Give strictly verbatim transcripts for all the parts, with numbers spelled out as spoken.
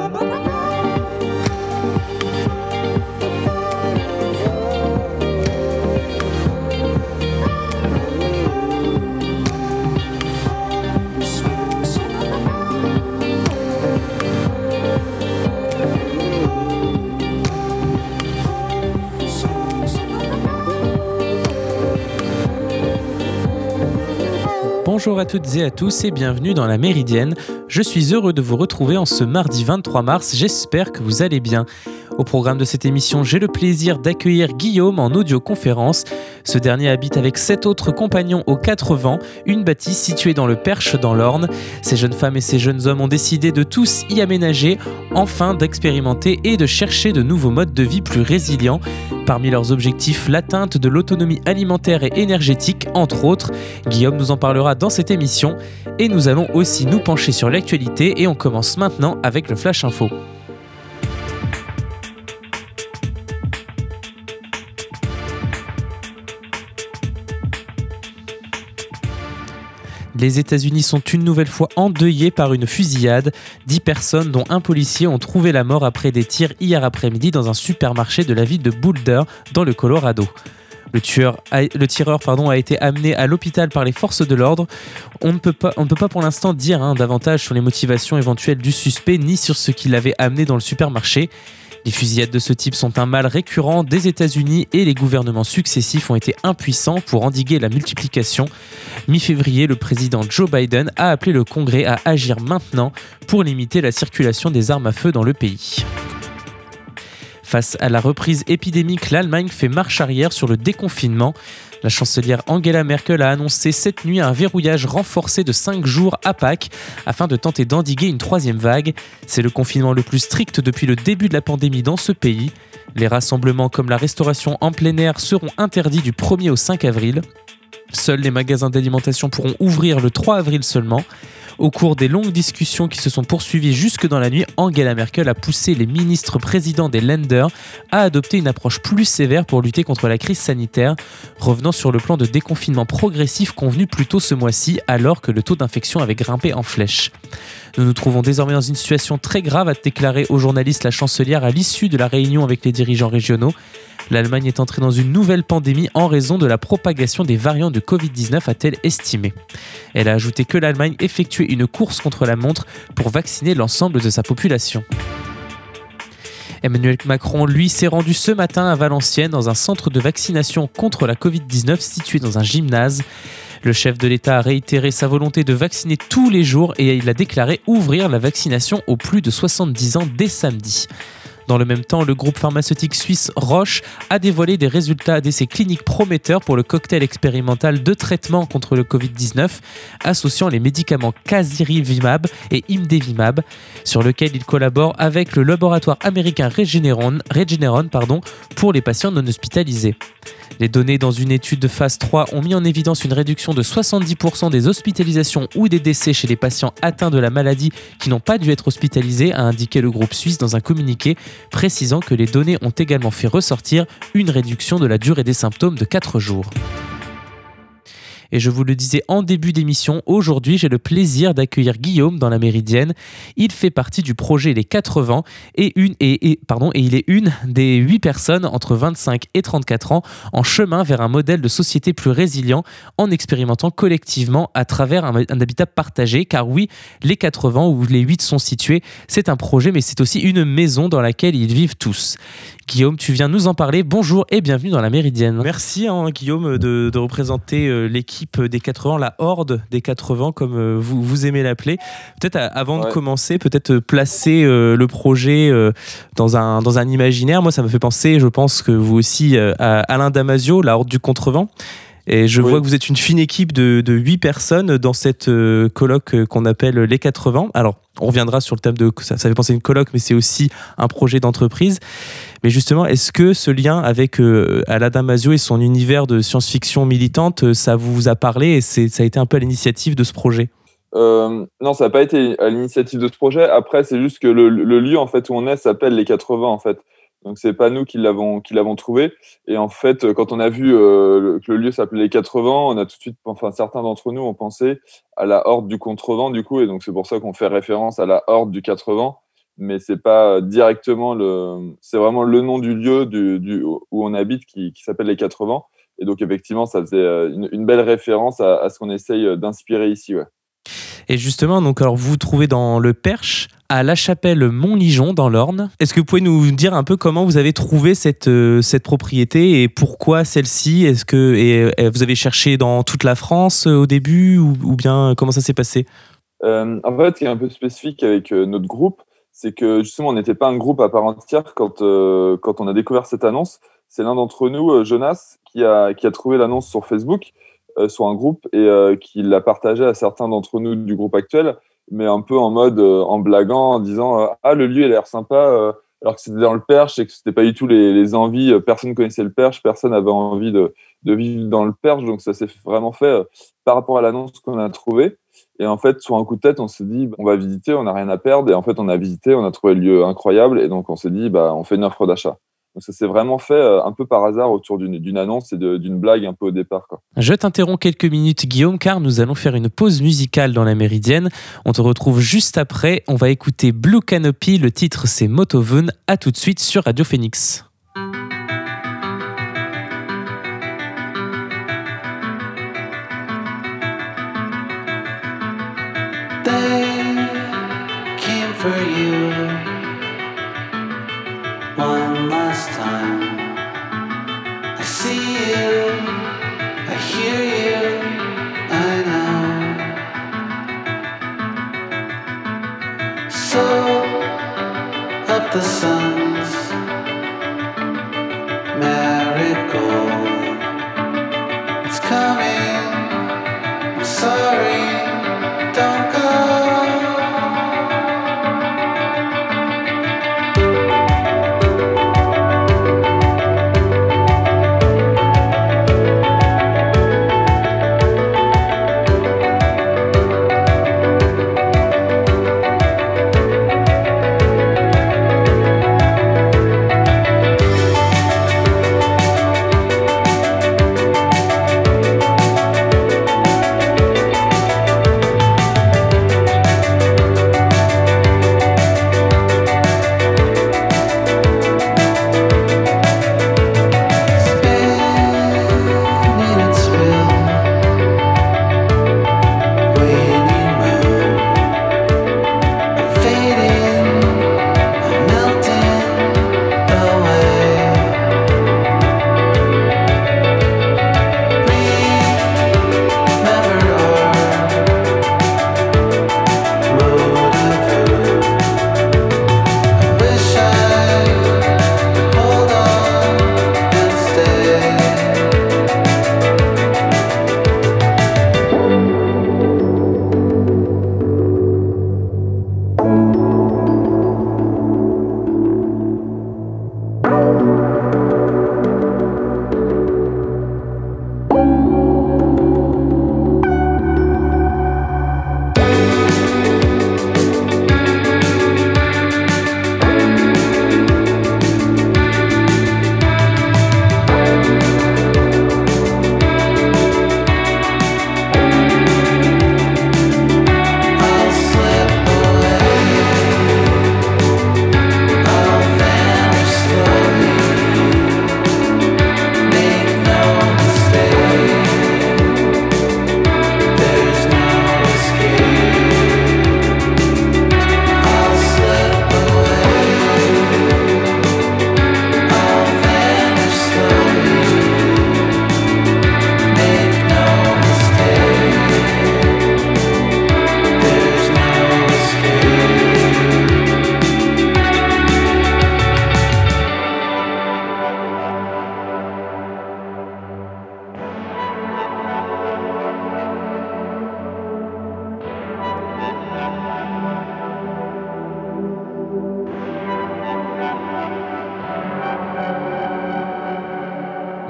Bonjour à toutes et à tous et bienvenue dans la Méridienne. Je suis heureux de vous retrouver en ce mardi vingt-trois mars, j'espère que vous allez bien. Au programme de cette émission, j'ai le plaisir d'accueillir Guillaume en audioconférence. Ce dernier habite avec sept autres compagnons aux quatre vents, une bâtisse située dans le Perche dans l'Orne. Ces jeunes femmes et ces jeunes hommes ont décidé de tous y aménager, enfin d'expérimenter et de chercher de nouveaux modes de vie plus résilients. Parmi leurs objectifs, l'atteinte de l'autonomie alimentaire et énergétique, entre autres. Guillaume nous en parlera dans cette émission. Et nous allons aussi nous pencher sur l'actualité et on commence maintenant avec le Flash Info. Les États-Unis sont une nouvelle fois endeuillés par une fusillade. Dix personnes, dont un policier, ont trouvé la mort après des tirs hier après-midi dans un supermarché de la ville de Boulder, dans le Colorado. Le, tueur a, le tireur pardon, a été amené à l'hôpital par les forces de l'ordre. On ne peut pas, on ne peut pas pour l'instant dire hein, davantage sur les motivations éventuelles du suspect ni sur ce qui l'avait amené dans le supermarché. Les fusillades de ce type sont un mal récurrent des États-Unis et les gouvernements successifs ont été impuissants pour endiguer la multiplication. Mi-février, le président Joe Biden a appelé le Congrès à agir maintenant pour limiter la circulation des armes à feu dans le pays. Face à la reprise épidémique, l'Allemagne fait marche arrière sur le déconfinement. La chancelière Angela Merkel a annoncé cette nuit un verrouillage renforcé de cinq jours à Pâques afin de tenter d'endiguer une troisième vague. C'est le confinement le plus strict depuis le début de la pandémie dans ce pays. Les rassemblements comme la restauration en plein air seront interdits du premier au cinq avril. Seuls les magasins d'alimentation pourront ouvrir le trois avril seulement. Au cours des longues discussions qui se sont poursuivies jusque dans la nuit, Angela Merkel a poussé les ministres présidents des Länder à adopter une approche plus sévère pour lutter contre la crise sanitaire, revenant sur le plan de déconfinement progressif convenu plus tôt ce mois-ci alors que le taux d'infection avait grimpé en flèche. Nous nous trouvons désormais dans une situation très grave, a déclaré aux journalistes la chancelière à l'issue de la réunion avec les dirigeants régionaux. L'Allemagne est entrée dans une nouvelle pandémie en raison de la propagation des variants de covid dix-neuf, a-t-elle estimé. Elle a ajouté que l'Allemagne effectuait une course contre la montre pour vacciner l'ensemble de sa population. Emmanuel Macron, lui, s'est rendu ce matin à Valenciennes dans un centre de vaccination contre la covid dix-neuf situé dans un gymnase. Le chef de l'État a réitéré sa volonté de vacciner tous les jours et il a déclaré ouvrir la vaccination aux plus de soixante-dix ans dès samedi. Dans le même temps, le groupe pharmaceutique suisse Roche a dévoilé des résultats d'essais cliniques prometteurs pour le cocktail expérimental de traitement contre le covid dix-neuf, associant les médicaments Casirivimab et Imdevimab, sur lequel il collabore avec le laboratoire américain Regeneron, Regeneron pardon, pour les patients non hospitalisés. Les données dans une étude de phase trois ont mis en évidence une réduction de soixante-dix pour cent des hospitalisations ou des décès chez les patients atteints de la maladie qui n'ont pas dû être hospitalisés, a indiqué le groupe suisse dans un communiqué, précisant que les données ont également fait ressortir une réduction de la durée des symptômes de quatre jours. Et je vous le disais en début d'émission, aujourd'hui j'ai le plaisir d'accueillir Guillaume dans la Méridienne. Il fait partie du projet Les quatre vents et, une, et, et, pardon, et il est une des huit personnes entre vingt-cinq et trente-quatre ans en chemin vers un modèle de société plus résilient en expérimentant collectivement à travers un, un habitat partagé. Car oui, Les quatre vents où les huit sont situés, c'est un projet mais c'est aussi une maison dans laquelle ils vivent tous. Guillaume, tu viens nous en parler. Bonjour et bienvenue dans la Méridienne. Merci hein, Guillaume de, de représenter euh, l'équipe des quatre vents, la horde des quatre vents comme euh, vous, vous aimez l'appeler. Peut-être à, avant ouais. de commencer, peut-être placer euh, le projet euh, dans, un, dans un imaginaire. Moi, ça me fait penser, je pense que vous aussi, euh, à Alain Damasio, la horde du contrevent. Et je oui. vois que vous êtes une fine équipe de, de huit personnes dans cette euh, colloque euh, qu'on appelle Les quatre vents. Alors, on reviendra sur le thème de... Ça, ça fait penser à une colloque, mais c'est aussi un projet d'entreprise. Mais justement, est-ce que ce lien avec euh, Alain Damasio et son univers de science-fiction militante, ça vous a parlé et c'est, ça a été un peu à l'initiative de ce projet ? Euh, non, ça n'a pas été à l'initiative de ce projet. Après, c'est juste que le, le lieu en fait, où on est s'appelle Les quatre vents, en fait. Donc, c'est pas nous qui l'avons, qui l'avons trouvé. Et en fait, quand on a vu euh, que le lieu s'appelait Les quatre vents, on a tout de suite, enfin, certains d'entre nous ont pensé à la horde du contrevent, du coup. Et donc, c'est pour ça qu'on fait référence à la horde du quatre vents. mais c'est pas directement le, c'est vraiment le nom du lieu du, du, où on habite qui, qui s'appelle les quatre-vents. Et donc, effectivement, ça faisait une, une belle référence à, à ce qu'on essaye d'inspirer ici. Ouais. Et justement, donc, alors, vous vous trouvez dans le Perche, à La Chapelle-Montligeon, dans l'Orne. Est-ce que vous pouvez nous dire un peu comment vous avez trouvé cette, euh, cette propriété et pourquoi celle-ci ? Est-ce que et, et vous avez cherché dans toute la France euh, au début ou, ou bien comment ça s'est passé ? euh, En fait, ce qui est un peu spécifique avec euh, notre groupe, c'est que justement, on n'était pas un groupe à part entière quand, euh, quand on a découvert cette annonce. C'est l'un d'entre nous, euh, Jonas, qui a, qui a trouvé l'annonce sur Facebook, euh, sur un groupe, et euh, qui l'a partagé à certains d'entre nous du groupe actuel, mais un peu en mode, euh, en blaguant, en disant euh, « Ah, le lieu, il a l'air sympa euh, », alors que c'était dans le Perche et que c'était pas du tout les, les envies. Euh, personne connaissait le Perche, personne n'avait envie de, de vivre dans le Perche, donc ça s'est vraiment fait euh, par rapport à l'annonce qu'on a trouvée. Et en fait, sur un coup de tête, on s'est dit, on va visiter, on n'a rien à perdre. Et en fait, on a visité, on a trouvé le lieu incroyable. Et donc, on s'est dit, bah, on fait une offre d'achat. Donc, ça s'est vraiment fait euh, un peu par hasard autour d'une, d'une annonce et de, d'une blague un peu au départ, quoi. Je t'interromps quelques minutes, Guillaume, car nous allons faire une pause musicale dans la Méridienne. On te retrouve juste après. On va écouter Blue Canopy. Le titre, c'est Motovun. À tout de suite sur Radio Phoenix. For you, one last time. I see you, I hear you, I know. So up the sun's marigold, it's coming. I'm sorry, don't go.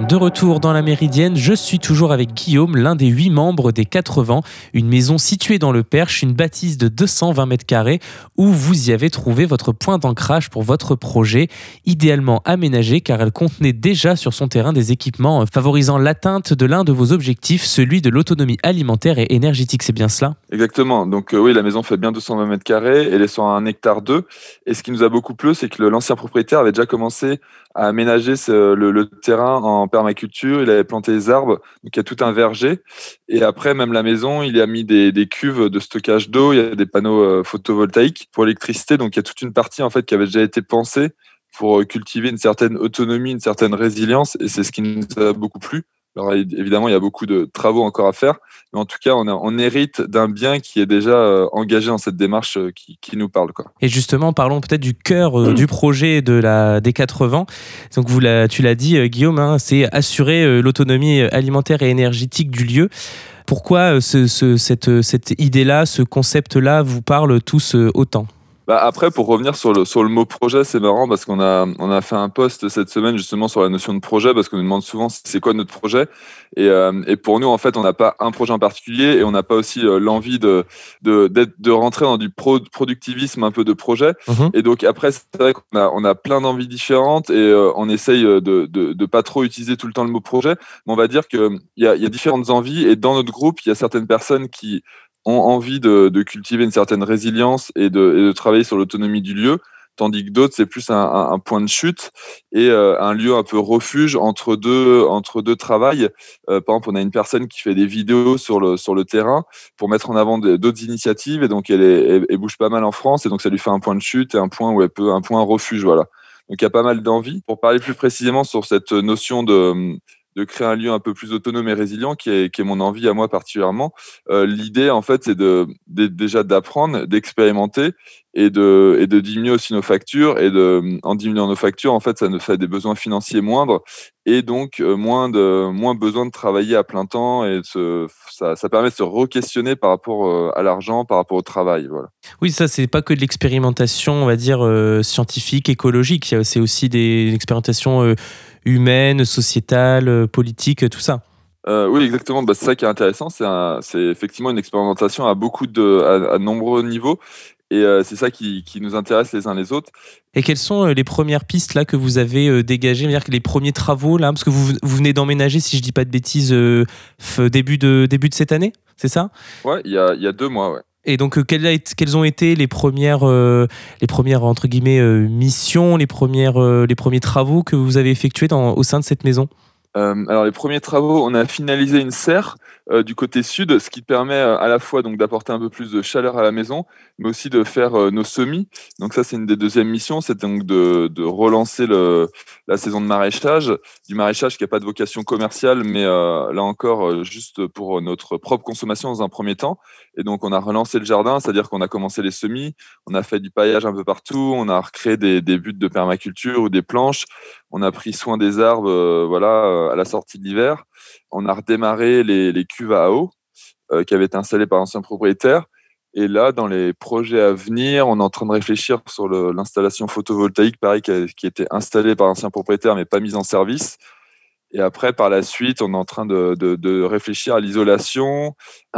De retour dans la Méridienne, je suis toujours avec Guillaume, l'un des huit membres des quatre vents, une maison située dans le Perche, une bâtisse de deux cent vingt mètres carrés où vous y avez trouvé votre point d'ancrage pour votre projet, idéalement aménagé car elle contenait déjà sur son terrain des équipements favorisant l'atteinte de l'un de vos objectifs, celui de l'autonomie alimentaire et énergétique, c'est bien cela ? Exactement, donc euh, oui, la maison fait bien deux cent vingt mètres carrés, elle est sur un hectare deux, et ce qui nous a beaucoup plu, c'est que le, l'ancien propriétaire avait déjà commencé à aménager ce, le, le terrain en permaculture, il avait planté des arbres, donc il y a tout un verger, et après même la maison, il y a mis des, des cuves de stockage d'eau, il y a des panneaux euh, photovoltaïques pour l'électricité, donc il y a toute une partie en fait qui avait déjà été pensée pour cultiver une certaine autonomie, une certaine résilience, et c'est ce qui nous a beaucoup plu. Alors évidemment, il y a beaucoup de travaux encore à faire, mais en tout cas, on, a, on hérite d'un bien qui est déjà euh, engagé dans cette démarche euh, qui, qui nous parle, quoi. Et justement, parlons peut-être du cœur euh, mmh. du projet de la, des quatre vents. Donc, vous l'a, tu l'as dit, euh, Guillaume, hein, c'est assurer euh, l'autonomie alimentaire et énergétique du lieu. Pourquoi euh, ce, ce, cette, cette idée-là, ce concept-là vous parle tous euh, autant ? Bah après, pour revenir sur le, sur le mot projet, c'est marrant parce qu'on a, on a fait un post cette semaine justement sur la notion de projet parce qu'on nous demande souvent c'est quoi notre projet. Et, euh, et pour nous, en fait, on n'a pas un projet en particulier et on n'a pas aussi euh, l'envie de, de, d'être, de rentrer dans du pro, productivisme un peu de projet. Mmh. Et donc après, c'est vrai qu'on a, on a plein d'envies différentes et euh, on essaye de, de, de pas trop utiliser tout le temps le mot projet. Mais on va dire qu'il y a, y a différentes envies et dans notre groupe, il y a certaines personnes qui ont envie de, de cultiver une certaine résilience et de, et de travailler sur l'autonomie du lieu, tandis que d'autres, c'est plus un, un, un point de chute et euh, un lieu un peu refuge entre deux, entre deux travails. Euh, par exemple, on a une personne qui fait des vidéos sur le, sur le terrain pour mettre en avant de, d'autres initiatives et donc elle, est, elle, elle bouge pas mal en France et donc ça lui fait un point de chute et un point où elle peut, un point refuge, voilà. Donc il y a pas mal d'envie. Pour parler plus précisément sur cette notion de de créer un lieu un peu plus autonome et résilient, qui est, qui est mon envie à moi particulièrement. Euh, l'idée, en fait, c'est de, de, déjà d'apprendre, d'expérimenter et de, et de diminuer aussi nos factures. Et de, en diminuant nos factures, en fait, ça nous fait des besoins financiers moindres et donc euh, moins, de, moins besoin de travailler à plein temps. Et de se, ça, ça permet de se re-questionner par rapport euh, à l'argent, par rapport au travail. Voilà. Oui, ça, c'est pas que de l'expérimentation, on va dire, euh, scientifique, écologique. C'est aussi des expérimentations euh, humaine, sociétale, politique, tout ça. Euh, oui, exactement. Bah, c'est ça qui est intéressant. C'est, un, c'est effectivement une expérimentation à beaucoup de, à, à nombreux niveaux. Et euh, c'est ça qui, qui nous intéresse les uns les autres. Et quelles sont les premières pistes là que vous avez euh, dégagées, c'est-à-dire que les premiers travaux là, parce que vous, vous venez d'emménager, si je dis pas de bêtises, euh, début de début de cette année, c'est ça ? Ouais, il y a il y a deux mois, ouais. Et donc, quelles, a été, quelles ont été les premières, euh, les premières entre guillemets, euh, missions, les, premières, euh, les premiers travaux que vous avez effectués dans, au sein de cette maison ? Euh, alors les premiers travaux, on a finalisé une serre euh, du côté sud, ce qui permet euh, à la fois donc d'apporter un peu plus de chaleur à la maison, mais aussi de faire euh, nos semis. Donc ça, c'est une des deuxièmes missions, c'est donc de, de relancer le, la saison de maraîchage, du maraîchage qui n'a pas de vocation commerciale, mais euh, là encore euh, juste pour notre propre consommation dans un premier temps. Et donc on a relancé le jardin, c'est-à-dire qu'on a commencé les semis, on a fait du paillage un peu partout, on a recréé des, des buttes de permaculture ou des planches. On a pris soin des arbres, euh, voilà, euh, à la sortie de l'hiver. On a redémarré les, les cuves à eau euh, qui avaient été installées par l'ancien propriétaire. Et là, dans les projets à venir, on est en train de réfléchir sur le, l'installation photovoltaïque, pareil, qui a, qui a été installée par l'ancien propriétaire, mais pas mise en service. Et après, par la suite, on est en train de, de, de réfléchir à l'isolation,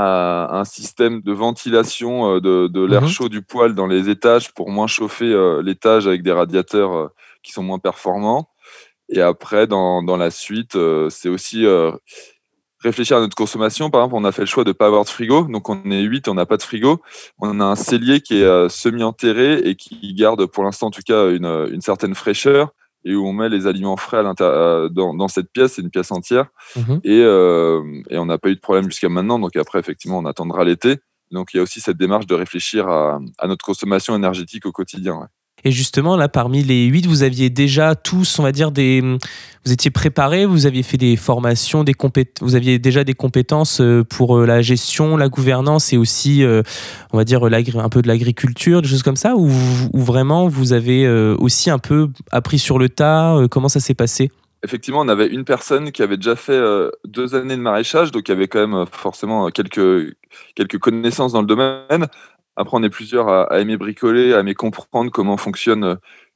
à un système de ventilation de, de l'air mmh. chaud du poêle dans les étages pour moins chauffer euh, l'étage avec des radiateurs euh, qui sont moins performants. Et après, dans, dans la suite, euh, c'est aussi euh, réfléchir à notre consommation. Par exemple, on a fait le choix de ne pas avoir de frigo. Donc, on est huit, on n'a pas de frigo. On a un cellier qui est euh, semi-enterré et qui garde, pour l'instant, en tout cas, une, une certaine fraîcheur et où on met les aliments frais à l'intérieur, dans, dans cette pièce. C'est une pièce entière. Mmh. Et, euh, et on n'a pas eu de problème jusqu'à maintenant. Donc, après, effectivement, on attendra l'été. Donc, il y a aussi cette démarche de réfléchir à, à notre consommation énergétique au quotidien. Ouais. Et justement, là, parmi les huit, vous aviez déjà tous, on va dire, des... vous étiez préparés, vous aviez fait des formations, des compét... vous aviez déjà des compétences pour la gestion, la gouvernance et aussi, on va dire, un peu de l'agriculture, des choses comme ça, ou, ou vraiment vous avez aussi un peu appris sur le tas, comment ça s'est passé ? Effectivement, on avait une personne qui avait déjà fait euh, deux années de maraîchage, donc qui avait quand même forcément quelques, quelques connaissances dans le domaine. Après, on est plusieurs à, à aimer bricoler, à aimer comprendre comment fonctionne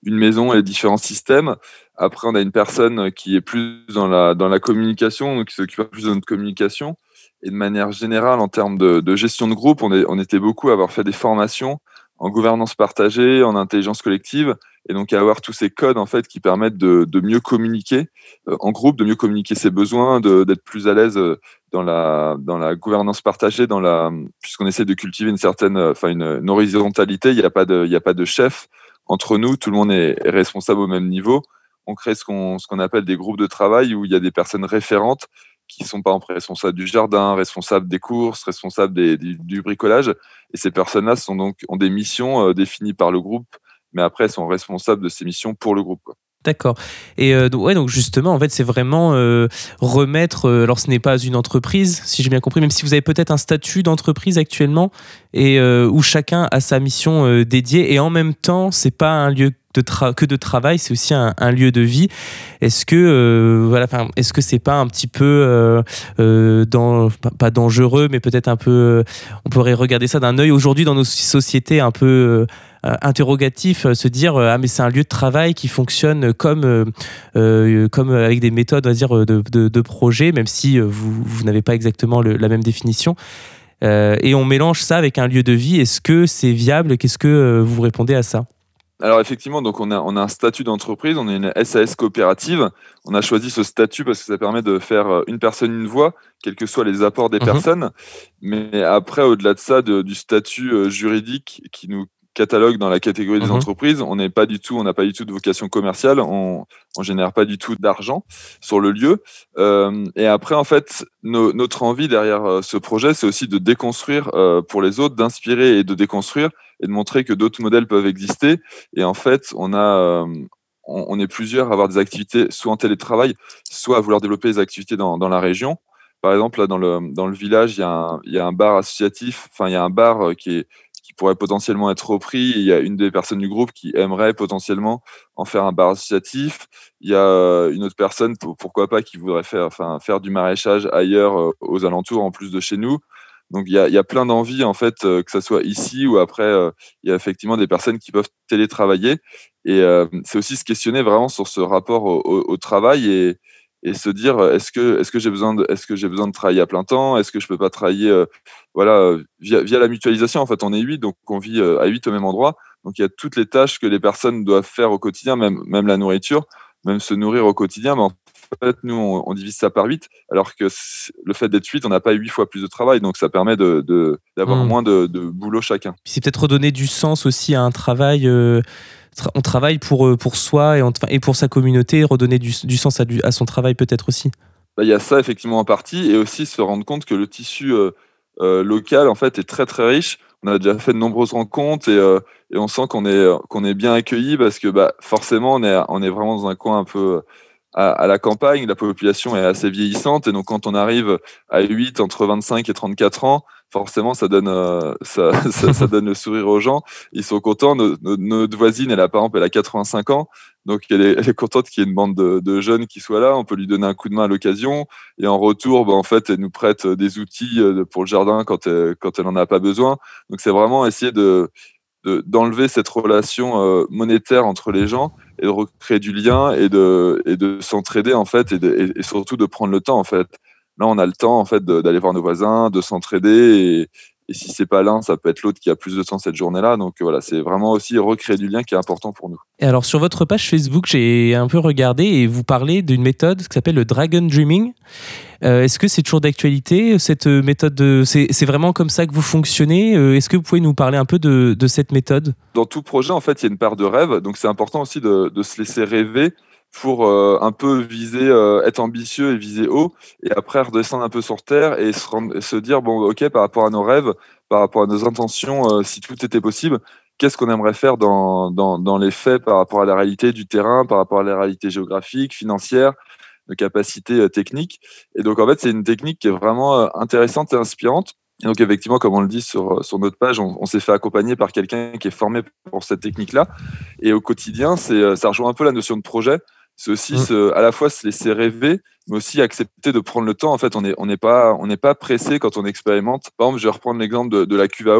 une maison et les différents systèmes. Après, on a une personne qui est plus dans la, dans la communication, donc qui s'occupe plus de notre communication. Et de manière générale, en termes de, de gestion de groupe, on, est, on était beaucoup à avoir fait des formations en gouvernance partagée, en intelligence collective, et donc à avoir tous ces codes en fait qui permettent de, de mieux communiquer euh, en groupe, de mieux communiquer ses besoins, de, d'être plus à l'aise euh, dans la dans la gouvernance partagée, dans la puisqu'on essaie de cultiver une certaine, enfin une, une horizontalité. Il n'y a pas de il y a pas de chef entre nous, tout le monde est, est responsable au même niveau. On crée ce qu'on ce qu'on appelle des groupes de travail où il y a des personnes référentes qui sont par exemple responsables du jardin, responsables des courses, responsables des, du, du bricolage. Et ces personnes-là sont donc, ont des missions euh, définies par le groupe, mais après, elles sont responsables de ces missions pour le groupe, quoi. D'accord. Et euh, ouais, donc justement, en fait, c'est vraiment euh, remettre. Euh, alors, ce n'est pas une entreprise, si j'ai bien compris, même si vous avez peut-être un statut d'entreprise actuellement, et euh, où chacun a sa mission euh, dédiée, et en même temps, c'est pas un lieu de tra- que de travail, c'est aussi un, un lieu de vie. Est-ce que euh, voilà, enfin, est-ce que c'est pas un petit peu euh, euh, dans, pas dangereux, mais peut-être un peu, euh, on pourrait regarder ça d'un œil aujourd'hui dans nos sociétés un peu euh, interrogatif, se dire ah mais c'est un lieu de travail qui fonctionne comme euh, euh, comme avec des méthodes, on va dire, de, de, de projet, même si vous, vous n'avez pas exactement le, la même définition. Euh, et on mélange ça avec un lieu de vie. Est-ce que c'est viable? Qu'est-ce que vous répondez à ça? Alors effectivement, donc on a, on a un statut d'entreprise, on est une S A S coopérative. On a choisi ce statut parce que ça permet de faire une personne, une voix, quels que soient les apports des mmh. personnes. Mais après, au-delà de ça, de, du statut juridique qui nous catalogue dans la catégorie des mmh. entreprises, on n'est pas du tout, on n'a pas du tout de vocation commerciale, on, on génère pas du tout d'argent sur le lieu. Euh, et après, en fait, no, notre envie derrière euh, ce projet, c'est aussi de déconstruire euh, pour les autres, d'inspirer et de déconstruire et de montrer que d'autres modèles peuvent exister. Et en fait, on a, euh, on, on est plusieurs à avoir des activités soit en télétravail, soit à vouloir développer des activités dans, dans la région. Par exemple, là, dans le, dans le village, il y a un, il y a un bar associatif, enfin, il y a un bar qui est qui pourrait potentiellement être repris. Il y a une des personnes du groupe qui aimerait potentiellement en faire un bar associatif. Il y a une autre personne, pourquoi pas, qui voudrait faire, enfin, faire du maraîchage ailleurs, euh, aux alentours, en plus de chez nous. Donc, il y a, il y a plein d'envies, en fait, euh, que ça soit ici ou après, euh, il y a effectivement des personnes qui peuvent télétravailler. Et euh, c'est aussi se questionner vraiment sur ce rapport au, au, au travail et, et se dire, est-ce que, est-ce que j'ai besoin de, est-ce que j'ai besoin de travailler à plein temps? Est-ce que je peux pas travailler, euh, voilà, via, via la mutualisation? En fait, on est huit, donc on vit euh, à huit au même endroit. Donc, il y a toutes les tâches que les personnes doivent faire au quotidien, même, même la nourriture, même se nourrir au quotidien. Mais en fait, nous, on, on divise ça par huit, alors que le fait d'être huit, on n'a pas huit fois plus de travail. Donc, ça permet de, de, d'avoir mmh. moins de, de boulot chacun. C'est peut-être redonner du sens aussi à un travail. Euh... On travaille pour, pour soi et, on, et pour sa communauté, redonner du, du sens à, du, à son travail peut-être aussi. Bah, y a ça effectivement en partie, et aussi se rendre compte que le tissu euh, euh, local en fait est très très riche. On a déjà fait de nombreuses rencontres et, euh, et on sent qu'on est, qu'on est bien accueillis parce que bah, forcément on est, on est vraiment dans un coin un peu à, à la campagne, la population est assez vieillissante et donc quand on arrive à huit, entre vingt-cinq et trente-quatre ans, forcément ça donne, euh, ça, ça, ça donne le sourire aux gens. Ils sont contents. Notre, notre voisine, elle a par exemple, elle a quatre-vingt-cinq ans. Donc, elle est, elle est contente qu'il y ait une bande de, de jeunes qui soient là. On peut lui donner un coup de main à l'occasion. Et en retour, bah, en fait, elle nous prête des outils pour le jardin quand elle, quand elle en a pas besoin. Donc, c'est vraiment essayer de, de, d'enlever cette relation euh, monétaire entre les gens et de recréer du lien et de, et de s'entraider, en fait, et, de, et, et surtout de prendre le temps, en fait. Là, on a le temps, en fait, de, d'aller voir nos voisins, de s'entraider et, Et si c'est pas l'un, ça peut être l'autre qui a plus de temps cette journée-là. Donc voilà, c'est vraiment aussi recréer du lien qui est important pour nous. Et alors sur votre page Facebook, j'ai un peu regardé et vous parlez d'une méthode qui s'appelle le Dragon Dreaming. Euh, est-ce que c'est toujours d'actualité cette méthode de... c'est, c'est vraiment comme ça que vous fonctionnez? euh, Est-ce que vous pouvez nous parler un peu de, de cette méthode? Dans tout projet, en fait, il y a une part de rêve. Donc c'est important aussi de, de se laisser rêver pour euh, un peu viser, euh, être ambitieux et viser haut, et après redescendre un peu sur terre et se, rendre, et se dire, bon, ok, par rapport à nos rêves, par rapport à nos intentions, euh, si tout était possible, qu'est-ce qu'on aimerait faire dans, dans, dans les faits par rapport à la réalité du terrain, par rapport à la réalité géographique, financière, de capacités euh, techniques. Et donc, en fait, c'est une technique qui est vraiment euh, intéressante et inspirante. Et donc, effectivement, comme on le dit sur, sur notre page, on, on s'est fait accompagner par quelqu'un qui est formé pour cette technique-là. Et au quotidien, c'est, ça rejoint un peu la notion de projet. C'est aussi se, à la fois se laisser rêver, mais aussi accepter de prendre le temps. En fait, on n'est on n'est pas, on n'est pas pressé quand on expérimente. Par exemple, je vais reprendre l'exemple de, de la cuve à eau.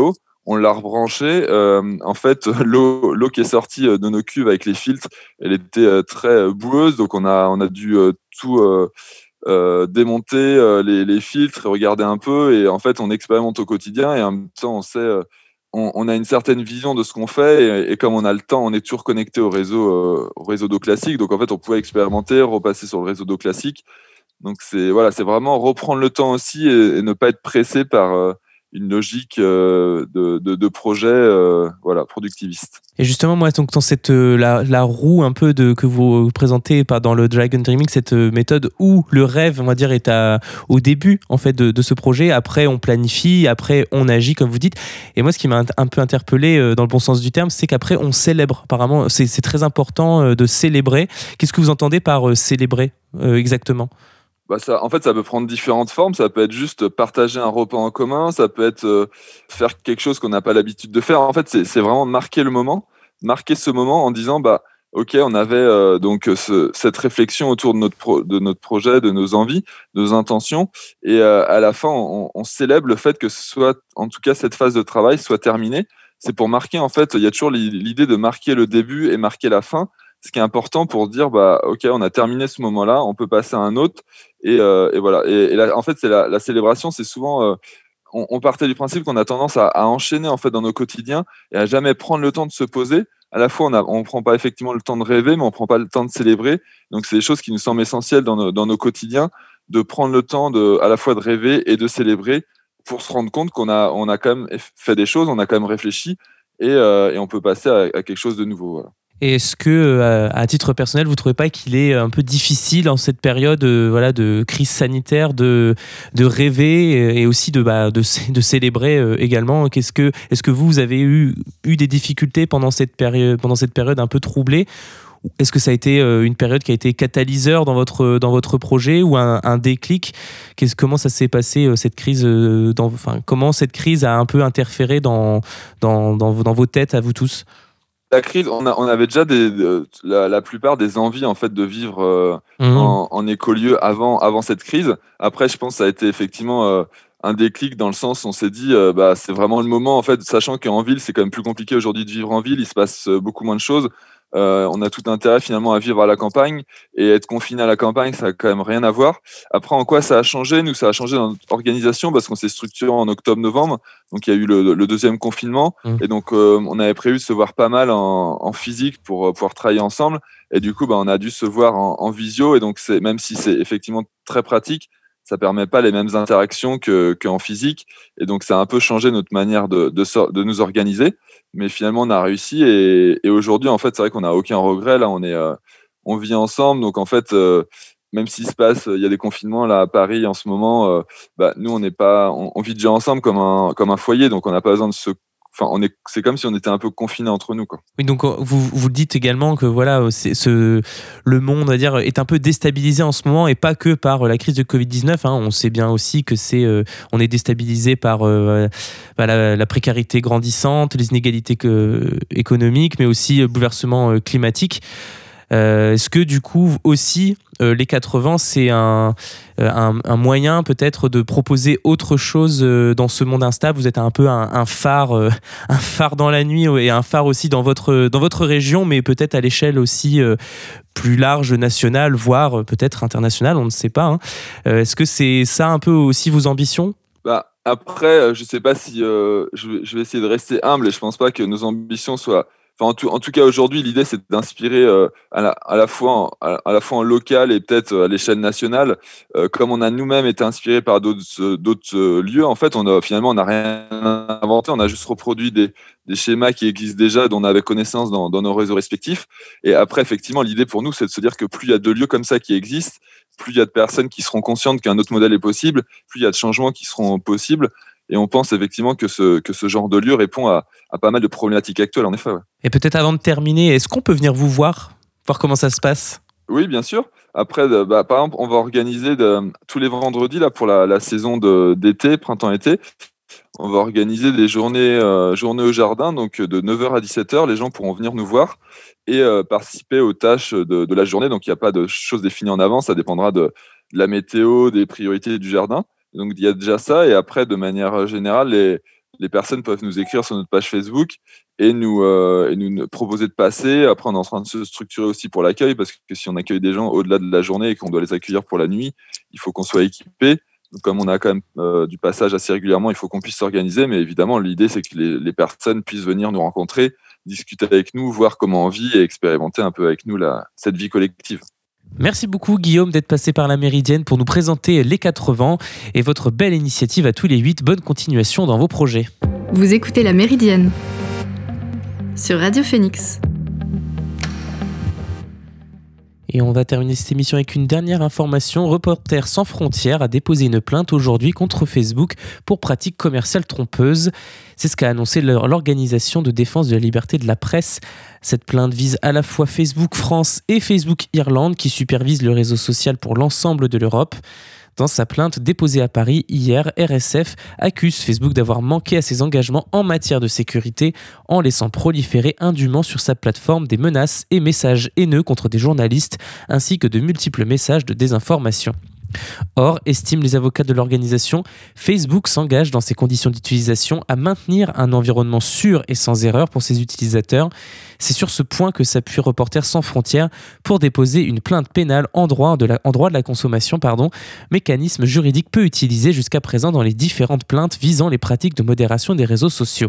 on l'a rebranché. Euh, en fait, l'eau, l'eau qui est sortie de nos cuves avec les filtres, elle était très boueuse, donc on a, on a dû tout euh, euh, démonter euh, les, les filtres, regarder un peu, et en fait, on expérimente au quotidien, et en même temps, on sait, euh, on, on a une certaine vision de ce qu'on fait, et, et comme on a le temps, on est toujours connecté au réseau, euh, au réseau d'eau classique, donc en fait, on pouvait expérimenter, repasser sur le réseau d'eau classique. Donc c'est voilà, c'est vraiment reprendre le temps aussi, et, et ne pas être pressé par euh, une logique euh, de, de, de projet euh, voilà, productiviste. Et justement, moi, donc, dans cette, euh, la, la roue un peu de, que vous présentez par, dans le Dragon Dreaming, cette euh, méthode où le rêve, on va dire, est à, au début en fait, de, de ce projet. Après, on planifie, après, on agit, comme vous dites. Et moi, ce qui m'a un, un peu interpellé euh, dans le bon sens du terme, c'est qu'après, on célèbre. Apparemment, c'est, c'est très important euh, de célébrer. Qu'est-ce que vous entendez par euh, célébrer euh, exactement ? Bah ça, en fait, ça peut prendre différentes formes. Ça peut être juste partager un repas en commun. Ça peut être euh, faire quelque chose qu'on n'a pas l'habitude de faire. En fait, c'est, c'est vraiment marquer le moment, marquer ce moment en disant, bah, ok, on avait euh, donc ce, cette réflexion autour de notre pro, de notre projet, de nos envies, de nos intentions, et euh, à la fin, on, on célèbre le fait que ce soit, en tout cas, cette phase de travail soit terminée. C'est pour marquer, en fait, il y a toujours l'idée de marquer le début et marquer la fin. Ce qui est important pour dire, bah, ok, on a terminé ce moment-là, on peut passer à un autre. Et, euh, et voilà. Et, et là, en fait, c'est la, la célébration, c'est souvent. Euh, on, on partait du principe qu'on a tendance à, à enchaîner en fait dans nos quotidiens et à jamais prendre le temps de se poser. À la fois, on ne on prend pas effectivement le temps de rêver, mais on ne prend pas le temps de célébrer. Donc, c'est des choses qui nous semblent essentielles dans nos, dans nos quotidiens, de prendre le temps de, à la fois de rêver et de célébrer pour se rendre compte qu'on a, on a quand même fait des choses, on a quand même réfléchi, et, euh, et on peut passer à, à quelque chose de nouveau. Voilà. Et est-ce que, euh, à titre personnel, vous ne trouvez pas qu'il est un peu difficile en cette période euh, voilà, de crise sanitaire de, de rêver et aussi de, bah, de, de célébrer euh, également ? Qu'est-ce que, est-ce que vous, vous avez eu, eu des difficultés pendant cette, péri- pendant cette période un peu troublée ? Est-ce que ça a été euh, une période qui a été catalyseur dans votre, dans votre projet ou un, un déclic ? Qu'est-ce, comment ça s'est passé, euh, cette crise euh, dans, enfin, comment cette crise a un peu interféré dans, dans, dans, dans vos têtes à vous tous ? La crise, on, a, on avait déjà des, de, la, la plupart des envies en fait de vivre euh, mmh. en, en écolieu avant, avant cette crise. Après, je pense que ça a été effectivement euh, un déclic dans le sens où on s'est dit euh, bah, c'est vraiment le moment, en fait, sachant qu'en ville, c'est quand même plus compliqué aujourd'hui de vivre en ville, il se passe beaucoup moins de choses. Euh, on a tout intérêt finalement à vivre à la campagne, et être confiné à la campagne, ça n'a quand même rien à voir. Après, en quoi ça a changé ? Nous, ça a changé dans notre organisation parce qu'on s'est structuré en octobre-novembre, donc il y a eu le, le deuxième confinement, mmh. et donc euh, on avait prévu de se voir pas mal en, en physique pour euh, pouvoir travailler ensemble, et du coup, bah, on a dû se voir en, en visio, et donc c'est, même si c'est effectivement très pratique, ça permet pas les mêmes interactions que, qu'en physique, et donc ça a un peu changé notre manière de, de, de nous organiser. Mais finalement, on a réussi, et, et aujourd'hui, en fait, c'est vrai qu'on n'a aucun regret. Là, on est, euh, on vit ensemble, donc en fait, euh, même s'il se passe, il y a des confinements là à Paris en ce moment, euh, bah, nous, on n'est pas, on, on vit déjà ensemble comme un, comme un foyer, donc on n'a pas besoin de se, enfin, on est, c'est comme si on était un peu confinés entre nous, quoi. Oui, donc vous vous dites également que voilà, c'est, ce, le monde, on va dire, est un peu déstabilisé en ce moment, et pas que par la crise de covid dix-neuf. Hein. On sait bien aussi que c'est, euh, on est déstabilisé par euh, bah, la, la précarité grandissante, les inégalités que, économiques, mais aussi le bouleversement euh, climatique. Euh, est-ce que du coup aussi euh, les quatre-vingts c'est un, euh, un, un moyen peut-être de proposer autre chose euh, dans ce monde instable ? Vous êtes un peu un, un phare, euh, un phare dans la nuit, et un phare aussi dans votre, dans votre région, mais peut-être à l'échelle aussi euh, plus large, nationale, voire euh, peut-être internationale, on ne sait pas. Hein. Euh, est-ce que c'est ça un peu aussi vos ambitions ? Bah, après, je ne sais pas si euh, je, vais, je vais essayer de rester humble, et je ne pense pas que nos ambitions soient... Enfin, en, tout, en tout cas, aujourd'hui, l'idée, c'est d'inspirer euh, à, la, à, la fois en, à, à la fois en local et peut-être à l'échelle nationale. Euh, comme on a nous-mêmes été inspirés par d'autres, euh, d'autres euh, lieux, en fait, on a, finalement, on n'a rien inventé. On a juste reproduit des, des schémas qui existent déjà, dont on avait connaissance dans, dans nos réseaux respectifs. Et après, effectivement, l'idée pour nous, c'est de se dire que plus il y a de lieux comme ça qui existent, plus il y a de personnes qui seront conscientes qu'un autre modèle est possible, plus il y a de changements qui seront possibles. Et on pense effectivement que ce, que ce genre de lieu répond à, à pas mal de problématiques actuelles, en effet. Ouais. Et peut-être avant de terminer, est-ce qu'on peut venir vous voir, voir comment ça se passe ? Oui, bien sûr. Après, bah, par exemple, on va organiser de, tous les vendredis là, pour la, la saison de, d'été, printemps-été, on va organiser des journées, euh, journées au jardin, donc de neuf heures à dix-sept heures. Les gens pourront venir nous voir et euh, participer aux tâches de, de la journée. Donc, il n'y a pas de choses définies en avance, ça dépendra de, de la météo, des priorités du jardin. Donc, il y a déjà ça. Et après, de manière générale, les, les personnes peuvent nous écrire sur notre page Facebook et nous, euh, et nous proposer de passer. Après, on est en train de se structurer aussi pour l'accueil, parce que si on accueille des gens au-delà de la journée et qu'on doit les accueillir pour la nuit, il faut qu'on soit équipé. Donc, comme on a quand même euh, du passage assez régulièrement, il faut qu'on puisse s'organiser. Mais évidemment, l'idée, c'est que les, les personnes puissent venir nous rencontrer, discuter avec nous, voir comment on vit et expérimenter un peu avec nous la, cette vie collective. Merci beaucoup Guillaume d'être passé par la Méridienne pour nous présenter les quatre-vents et votre belle initiative à tous les huit. Bonne continuation dans vos projets. Vous écoutez la Méridienne sur Radio Phoenix. Et on va terminer cette émission avec une dernière information. Reporters sans frontières a déposé une plainte aujourd'hui contre Facebook pour pratiques commerciales trompeuses. C'est ce qu'a annoncé l'Organisation de défense de la liberté de la presse. Cette plainte vise à la fois Facebook France et Facebook Irlande qui supervisent le réseau social pour l'ensemble de l'Europe. Dans sa plainte déposée à Paris hier, R S F accuse Facebook d'avoir manqué à ses engagements en matière de sécurité en laissant proliférer indûment sur sa plateforme des menaces et messages haineux contre des journalistes ainsi que de multiples messages de désinformation. Or, estiment les avocats de l'organisation, Facebook s'engage dans ses conditions d'utilisation à maintenir un environnement sûr et sans erreur pour ses utilisateurs. C'est sur ce point que s'appuie Reporters sans frontières pour déposer une plainte pénale en droit de la, en droit de la consommation, pardon, mécanisme juridique peu utilisé jusqu'à présent dans les différentes plaintes visant les pratiques de modération des réseaux sociaux.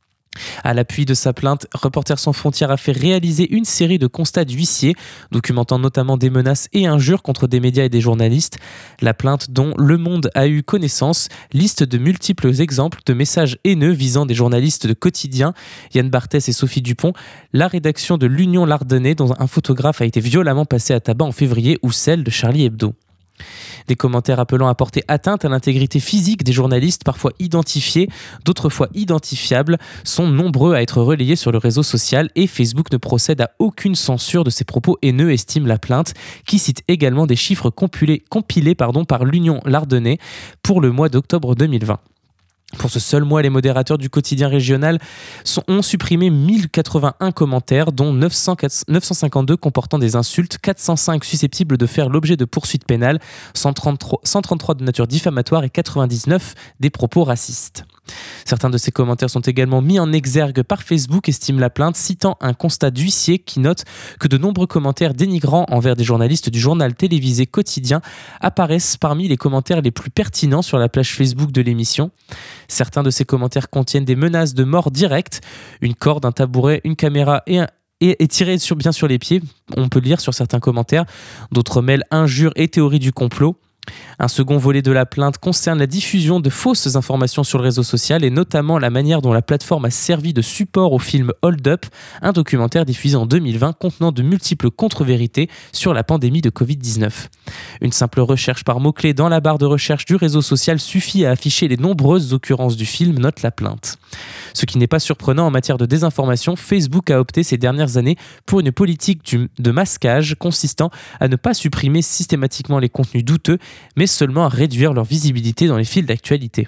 À l'appui de sa plainte, Reporters sans frontières a fait réaliser une série de constats d'huissiers, documentant notamment des menaces et injures contre des médias et des journalistes. La plainte dont Le Monde a eu connaissance liste de multiples exemples de messages haineux visant des journalistes de quotidien, Yann Barthès et Sophie Dupont, la rédaction de l'Union l'Ardennais dont un photographe a été violemment passé à tabac en février ou celle de Charlie Hebdo. Des commentaires appelant à porter atteinte à l'intégrité physique des journalistes, parfois identifiés, d'autres fois identifiables, sont nombreux à être relayés sur le réseau social et Facebook ne procède à aucune censure de ces propos haineux, estime la plainte, qui cite également des chiffres compilés, compilés pardon, par l'Union l'Ardennais pour le mois d'octobre deux mille vingt. Pour ce seul mois, les modérateurs du quotidien régional sont, ont supprimé mille quatre-vingt-un commentaires, dont neuf cent cinquante-deux comportant des insultes, quatre cent cinq susceptibles de faire l'objet de poursuites pénales, cent trente-trois, cent trente-trois de nature diffamatoire et quatre-vingt-dix-neuf des propos racistes. Certains de ces commentaires sont également mis en exergue par Facebook, estime la plainte, citant un constat d'huissier qui note que de nombreux commentaires dénigrants envers des journalistes du journal télévisé quotidien apparaissent parmi les commentaires les plus pertinents sur la page Facebook de l'émission. Certains de ces commentaires contiennent des menaces de mort directe, une corde, un tabouret, une caméra et un et est tiré sur, bien sur les pieds, on peut le lire sur certains commentaires. D'autres mêlent injures et théories du complot. Un second volet de la plainte concerne la diffusion de fausses informations sur le réseau social et notamment la manière dont la plateforme a servi de support au film Hold Up, un documentaire diffusé en deux mille vingt contenant de multiples contre-vérités sur la pandémie de covid dix-neuf. Une simple recherche par mots-clés dans la barre de recherche du réseau social suffit à afficher les nombreuses occurrences du film, note la plainte. Ce qui n'est pas surprenant en matière de désinformation, Facebook a opté ces dernières années pour une politique du, de masquage consistant à ne pas supprimer systématiquement les contenus douteux, mais seulement à réduire leur visibilité dans les fils d'actualité.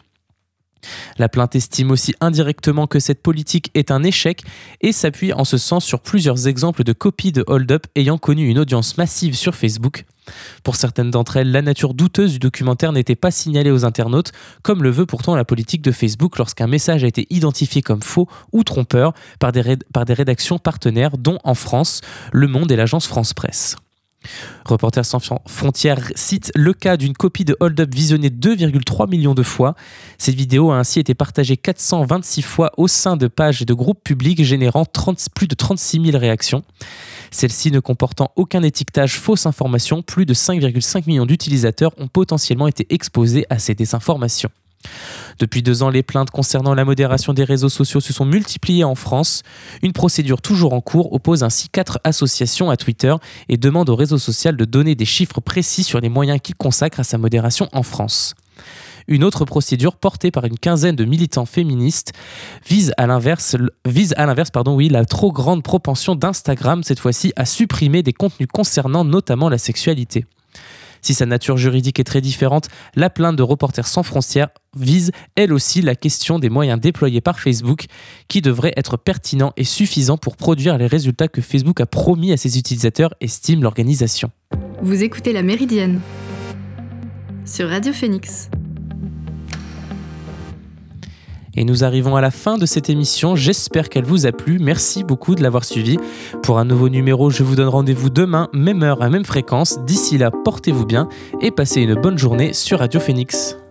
La plainte estime aussi indirectement que cette politique est un échec et s'appuie en ce sens sur plusieurs exemples de copies de Hold Up ayant connu une audience massive sur Facebook. Pour certaines d'entre elles, la nature douteuse du documentaire n'était pas signalée aux internautes, comme le veut pourtant la politique de Facebook lorsqu'un message a été identifié comme faux ou trompeur par des, réd- par des rédactions partenaires, dont en France, Le Monde et l'agence France Presse. Reporters sans frontières cite le cas d'une copie de Hold Up visionnée deux virgule trois millions de fois. Cette vidéo a ainsi été partagée quatre cent vingt-six fois au sein de pages et de groupes publics générant trente, plus de trente-six mille réactions. Celle-ci ne comportant aucun étiquetage fausse information, plus de cinq virgule cinq millions d'utilisateurs ont potentiellement été exposés à ces désinformations. Depuis deux ans, les plaintes concernant la modération des réseaux sociaux se sont multipliées en France. Une procédure toujours en cours oppose ainsi quatre associations à Twitter et demande au réseau social de donner des chiffres précis sur les moyens qu'il consacre à sa modération en France. Une autre procédure portée par une quinzaine de militants féministes vise à l'inverse, vise à l'inverse pardon, oui, la trop grande propension d'Instagram, cette fois-ci, à supprimer des contenus concernant notamment la sexualité. Si sa nature juridique est très différente, la plainte de Reporters sans frontières vise elle aussi la question des moyens déployés par Facebook qui devraient être pertinents et suffisants pour produire les résultats que Facebook a promis à ses utilisateurs, estime l'organisation. Vous écoutez La Méridienne sur Radio Phoenix. Et nous arrivons à la fin de cette émission, j'espère qu'elle vous a plu, merci beaucoup de l'avoir suivi. Pour un nouveau numéro, je vous donne rendez-vous demain, même heure à même fréquence. D'ici là, portez-vous bien et passez une bonne journée sur Radio Phoenix.